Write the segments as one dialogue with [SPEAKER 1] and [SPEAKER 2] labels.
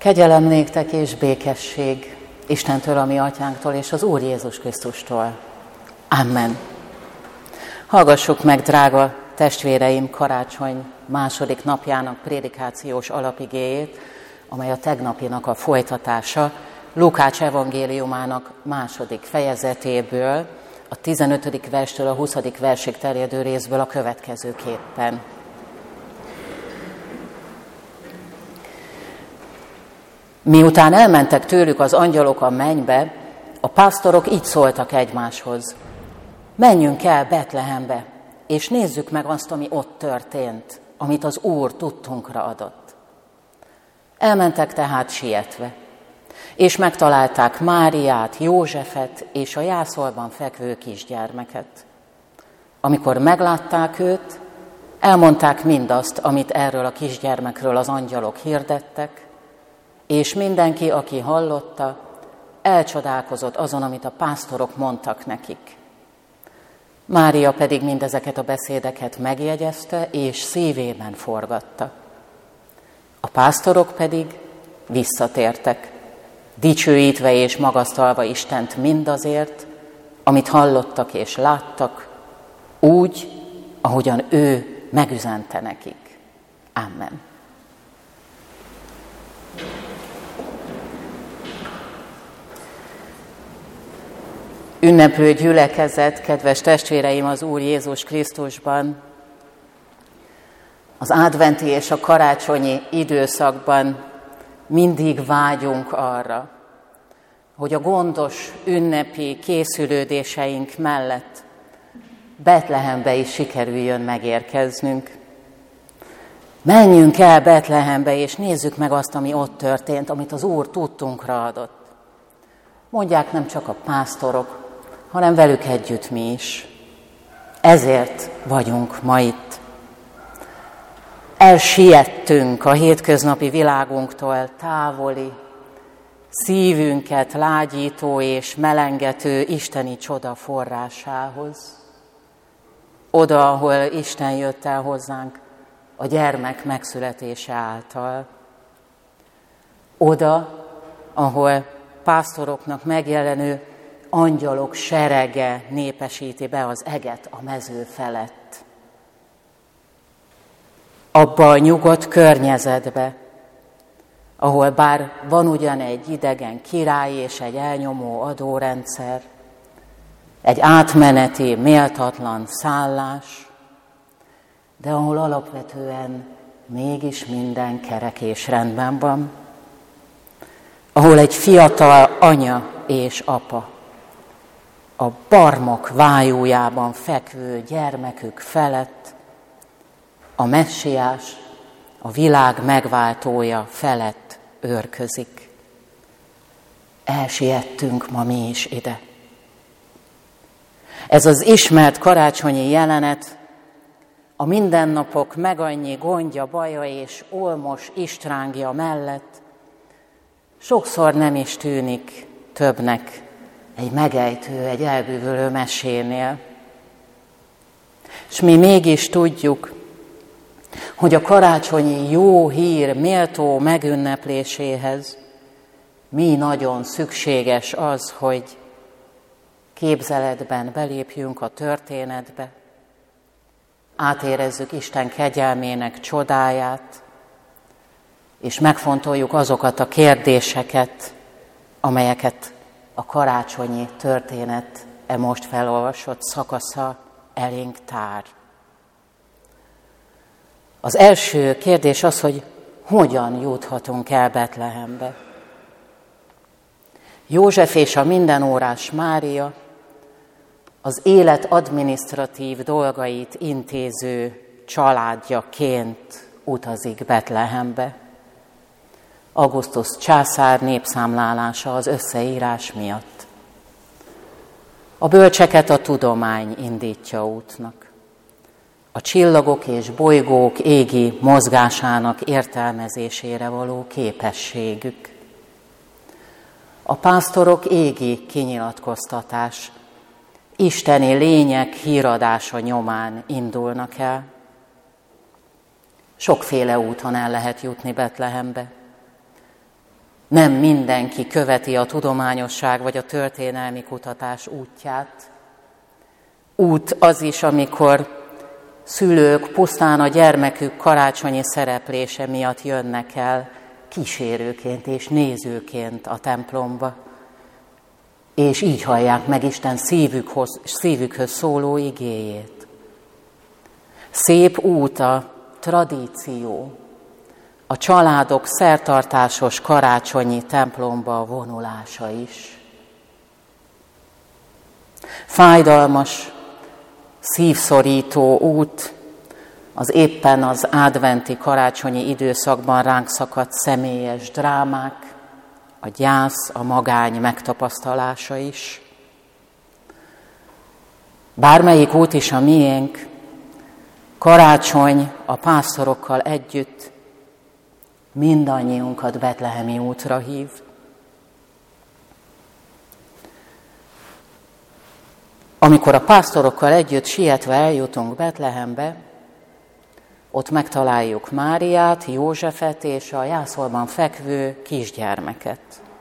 [SPEAKER 1] Kegyelem néktek és békesség Istentől, a mi atyánktól és az Úr Jézus Krisztustól. Amen. Hallgassuk meg, drága testvéreim, karácsony második napjának prédikációs alapigéjét, amely a tegnapinak a folytatása, Lukács evangéliumának második fejezetéből, a 15. verstől a 20. versig terjedő részből a következőképpen. Miután elmentek tőlük az angyalok a mennybe, a pásztorok így szóltak egymáshoz: menjünk el Betlehembe, és nézzük meg azt, ami ott történt, amit az Úr tudtunkra adott. Elmentek tehát sietve, és megtalálták Máriát, Józsefet és a jászolban fekvő kisgyermeket. Amikor meglátták őt, elmondták mindazt, amit erről a kisgyermekről az angyalok hirdettek, és mindenki, aki hallotta, elcsodálkozott azon, amit a pásztorok mondtak nekik. Mária pedig mindezeket a beszédeket megjegyezte, és szívében forgatta. A pásztorok pedig visszatértek, dicsőítve és magasztalva Istent mindazért, amit hallottak és láttak, úgy, ahogyan ő megüzente nekik. Amen. Ünneplő gyülekezet, kedves testvéreim az Úr Jézus Krisztusban, az adventi és a karácsonyi időszakban mindig vágyunk arra, hogy a gondos ünnepi készülődéseink mellett Betlehembe is sikerüljön megérkeznünk. Menjünk el Betlehembe, és nézzük meg azt, ami ott történt, amit az Úr tudtunkra adott. Mondják nem csak a pásztorok, hanem velük együtt mi is. Ezért vagyunk ma itt. Elsiettünk a hétköznapi világunktól távoli, szívünket lágyító és melengető isteni csoda forrásához. Oda, ahol Isten jött el hozzánk a gyermek megszületése által. Oda, ahol pásztoroknak megjelenő angyalok serege népesíti be az eget a mező felett. Abba a nyugodt környezetbe, ahol bár van ugyan egy idegen király és egy elnyomó adórendszer, egy átmeneti, méltatlan szállás, de ahol alapvetően mégis minden kerek és rendben van, ahol egy fiatal anya és apa a barmok vájújában fekvő gyermekük felett, a messiás, a világ megváltója felett őrközik. Elsiettünk ma mi is ide. Ez az ismert karácsonyi jelenet a mindennapok megannyi gondja, baja és olmos istrángja mellett sokszor nem is tűnik többnek egy megejtő, egy elbűvölő mesénél. És mi mégis tudjuk, hogy a karácsonyi jó hír méltó megünnepléséhez mi nagyon szükséges az, hogy képzeletben belépjünk a történetbe, átérezzük Isten kegyelmének csodáját, és megfontoljuk azokat a kérdéseket, amelyeket a karácsonyi történet most felolvasott szakasza elénk tár. Az első kérdés az, hogy hogyan juthatunk el Betlehembe. József és a mindenórás Mária az élet adminisztratív dolgait intéző családjaként utazik Betlehembe. Augustus császár népszámlálása az összeírás miatt. A bölcseket a tudomány indítja útnak. A csillagok és bolygók égi mozgásának értelmezésére való képességük. A pásztorok égi kinyilatkoztatás, isteni lények híradása nyomán indulnak el. Sokféle úton el lehet jutni Betlehembe. Nem mindenki követi a tudományosság vagy a történelmi kutatás útját. Út az is, amikor szülők pusztán a gyermekük karácsonyi szereplése miatt jönnek el kísérőként és nézőként a templomba, és így hallják meg Isten szívükhöz szóló igéjét. Szép út a tradíció, a családok szertartásos karácsonyi templomba vonulása is. Fájdalmas, szívszorító út az éppen az adventi karácsonyi időszakban ránk szakadt személyes drámák, a gyász, a magány megtapasztalása is. Bármelyik út is a miénk, karácsony a pásztorokkal együtt mindannyiunkat betlehemi útra hív. Amikor a pásztorokkal együtt sietve eljutunk Betlehembe, ott megtaláljuk Máriát, Józsefet és a jászolban fekvő kisgyermeket.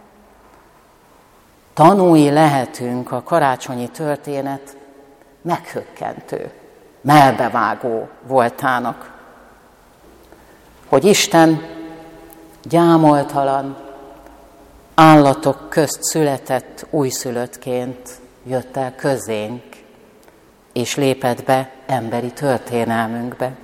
[SPEAKER 1] Tanúi lehetünk a karácsonyi történet meghökkentő, mellbevágó voltának, hogy Isten gyámoltalan, állatok közt született újszülöttként jött el közénk, és lépett be emberi történelmünkbe.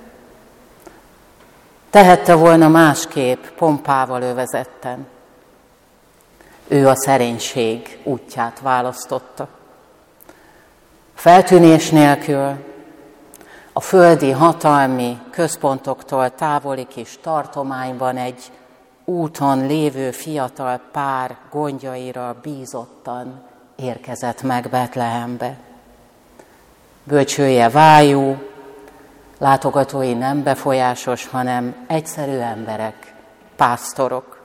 [SPEAKER 1] Tehette volna másképp, pompával övezetten. Ő a szerénység útját választotta. Feltűnés nélkül, a földi hatalmi központoktól távoli kis tartományban egy úton lévő fiatal pár gondjaira bízottan érkezett meg Betlehembe. Bölcsője vájú, látogatói nem befolyásos, hanem egyszerű emberek, pásztorok.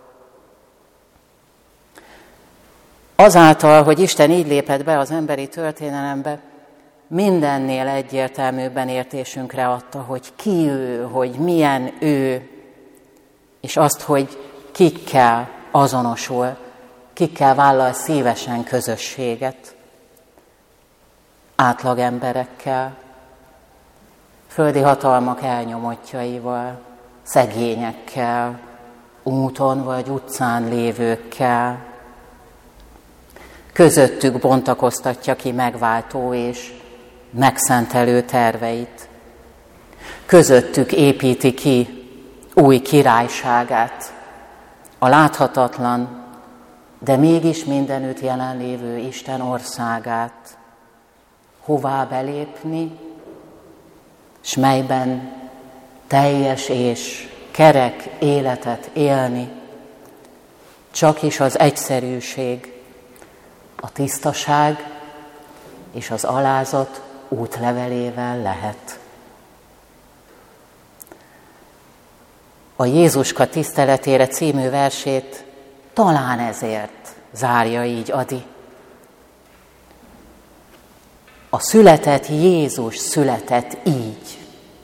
[SPEAKER 1] Azáltal, hogy Isten így lépett be az emberi történelembe, mindennél egyértelműbben értésünkre adta, hogy ki ő, hogy milyen ő, és azt, hogy kikkel azonosul, kikkel vállal szívesen közösséget. Átlag emberekkel, földi hatalmak elnyomottjaival, szegényekkel, úton vagy utcán lévőkkel. Közöttük bontakoztatja ki megváltó és megszentelő terveit. Közöttük építi ki új királyságát, a láthatatlan, de mégis mindenütt jelenlévő Isten országát. Hová belépni, s melyben teljes és kerek életet élni, csak is az egyszerűség, a tisztaság és az alázat útlevelével lehet. A Jézuska tiszteletére című versét talán ezért zárja így Adi. A született Jézus született így,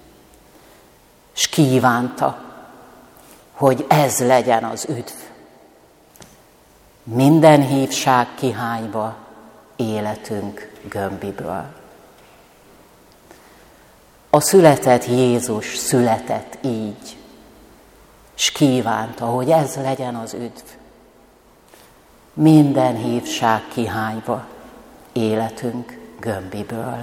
[SPEAKER 1] s kívánta, hogy ez legyen az üdv. Minden hívság kihányva életünk gömbiből. A született Jézus született így, s kívánta, hogy ez legyen az üdv. Minden hívság kihányva életünk gömbiből.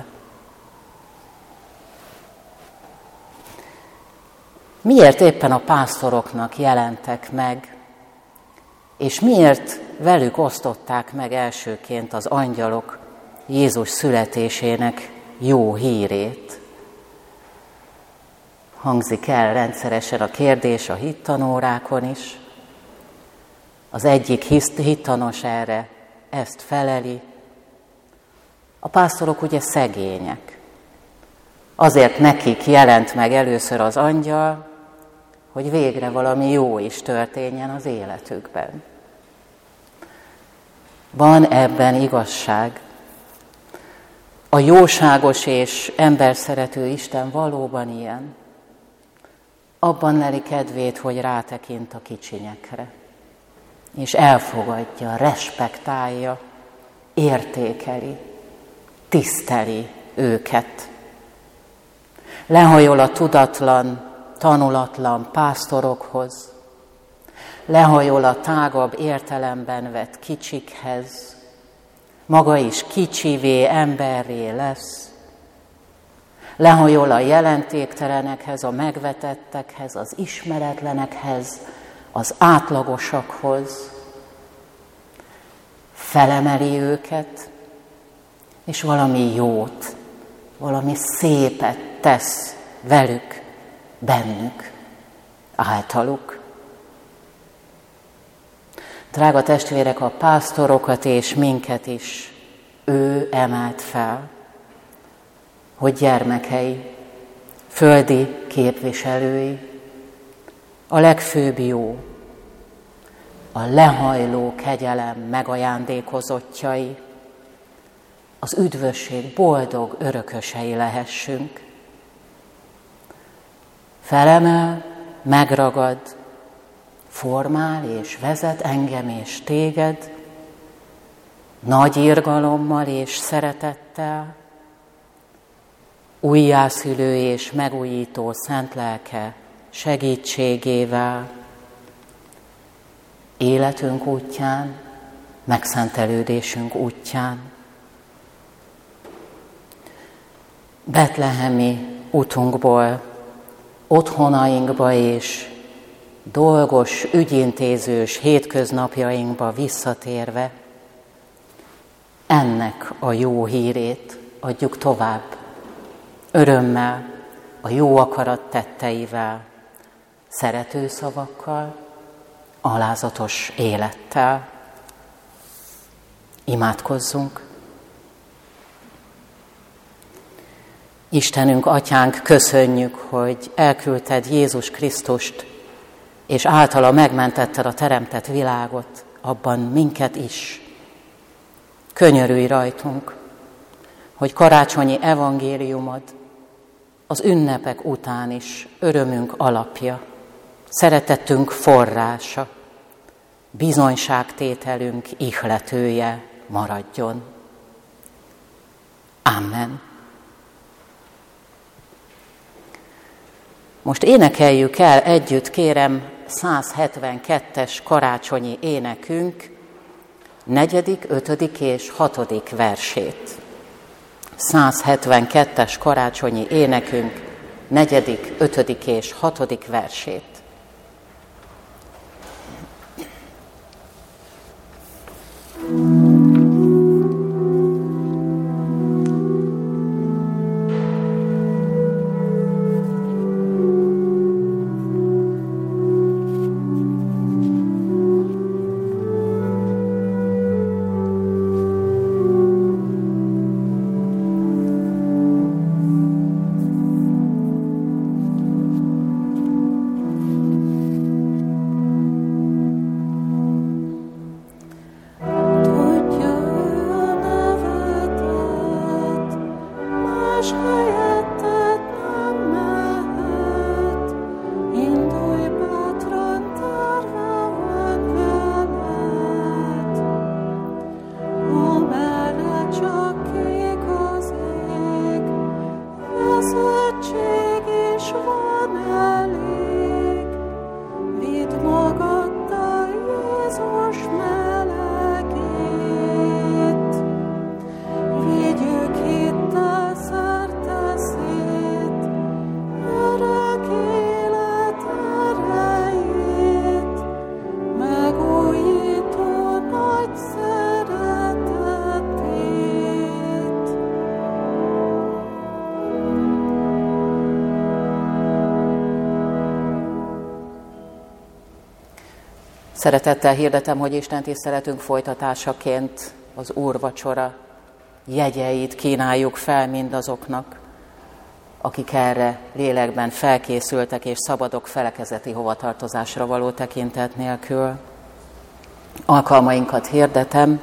[SPEAKER 1] Miért éppen a pásztoroknak jelentek meg, és miért velük osztották meg elsőként az angyalok Jézus születésének jó hírét? Hangzik el rendszeresen a kérdés a hittanórákon is. Az egyik hittanos erre ezt feleli. A pásztorok ugye szegények. Azért nekik jelent meg először az angyal, hogy végre valami jó is történjen az életükben. Van ebben igazság. A jóságos és emberszerető Isten valóban ilyen. Abban leli kedvét, hogy rátekint a kicsinyekre. és elfogadja, respektálja, értékeli, tiszteli őket. Lehajol a tudatlan, tanulatlan pásztorokhoz, lehajol a tágabb értelemben vett kicsikhez, maga is kicsivé, emberré lesz, lehajol a jelentéktelenekhez, a megvetettekhez, az ismeretlenekhez, az átlagosakhoz, felemeli őket, és valami jót, valami szépet tesz velük, bennük, általuk. Drága testvérek, a pásztorokat és minket is ő emelt fel, hogy gyermekei, földi képviselői, a legfőbb jó, a lehajló kegyelem megajándékozottjai, az üdvösség boldog örökösei lehessünk. Felemel, megragad, formál és vezet engem és téged, nagy irgalommal és szeretettel, újjászülő és megújító szent lelke segítségével, életünk útján, megszentelődésünk útján. Betlehemi utunkból, otthonainkba és dolgos, ügyintézős hétköznapjainkba visszatérve, ennek a jó hírét adjuk tovább, örömmel, a jó akarat tetteivel, szerető szavakkal, alázatos élettel. Imádkozzunk! Istenünk, Atyánk, köszönjük, hogy elküldted Jézus Krisztust, és általa megmentetted a teremtett világot, abban minket is. Könyörülj rajtunk, hogy karácsonyi evangéliumod az ünnepek után is örömünk alapja, szeretetünk forrása, bizonyságtételünk ihletője maradjon. Amen. Most énekeljük el együtt, kérem, 172-es karácsonyi énekünk 4., 5. és 6. versét. 172-es karácsonyi énekünk 4., 5. és 6. versét. Szeretettel hirdetem, hogy Isten tiszteletünk folytatásaként az úrvacsora jegyeit kínáljuk fel mindazoknak, akik erre lélekben felkészültek és szabadok felekezeti hovatartozásra való tekintet nélkül. Alkalmainkat hirdetem,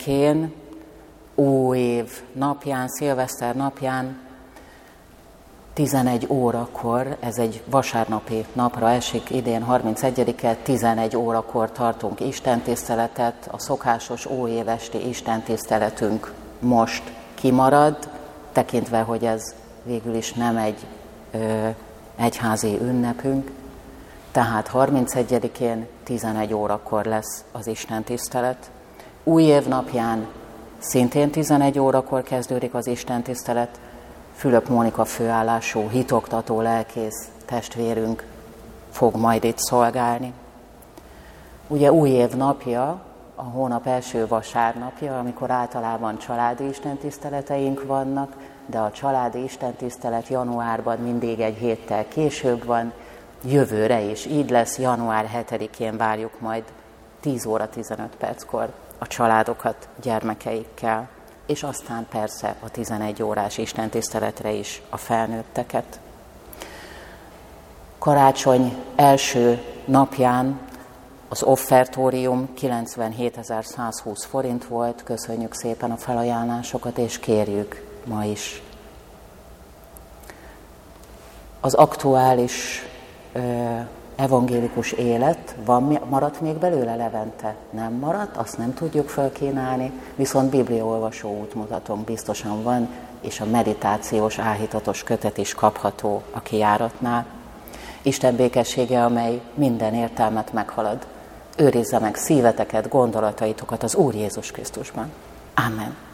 [SPEAKER 1] 31-én, új év napján, szilveszter napján 11 órakor, ez egy vasárnapi napra esik, idén 31-e, 11 órakor tartunk istentiszteletet, a szokásos óévesti istentiszteletünk most kimarad, tekintve, hogy ez végül is nem egy egyházi ünnepünk, tehát 31-én 11 órakor lesz az istentisztelet. Új év napján szintén 11 órakor kezdődik az istentisztelet. Fülöp Mónika főállású hitoktató lelkész testvérünk fog majd itt szolgálni. Ugye új év napja, a hónap első vasárnapja, amikor általában családi istentiszteleteink vannak, de a családi istentisztelet januárban mindig egy héttel később van, jövőre is így lesz, január 7-én várjuk majd 10 óra 15 perckor a családokat gyermekeikkel, és aztán persze a 11 órás istentiszteletre is a felnőtteket. Karácsony első napján az offertórium 97.120 forint volt, köszönjük szépen a felajánlásokat, és kérjük ma is. Az aktuális evangélikus élet, maradt még belőle Levente? Nem maradt, azt nem tudjuk felkínálni, viszont bibliaolvasó útmutatónk biztosan van, és a meditációs áhítatos kötet is kapható a kijáratnál. Isten békessége, amely minden értelmet meghalad, őrizze meg szíveteket, gondolataitokat az Úr Jézus Krisztusban. Amen.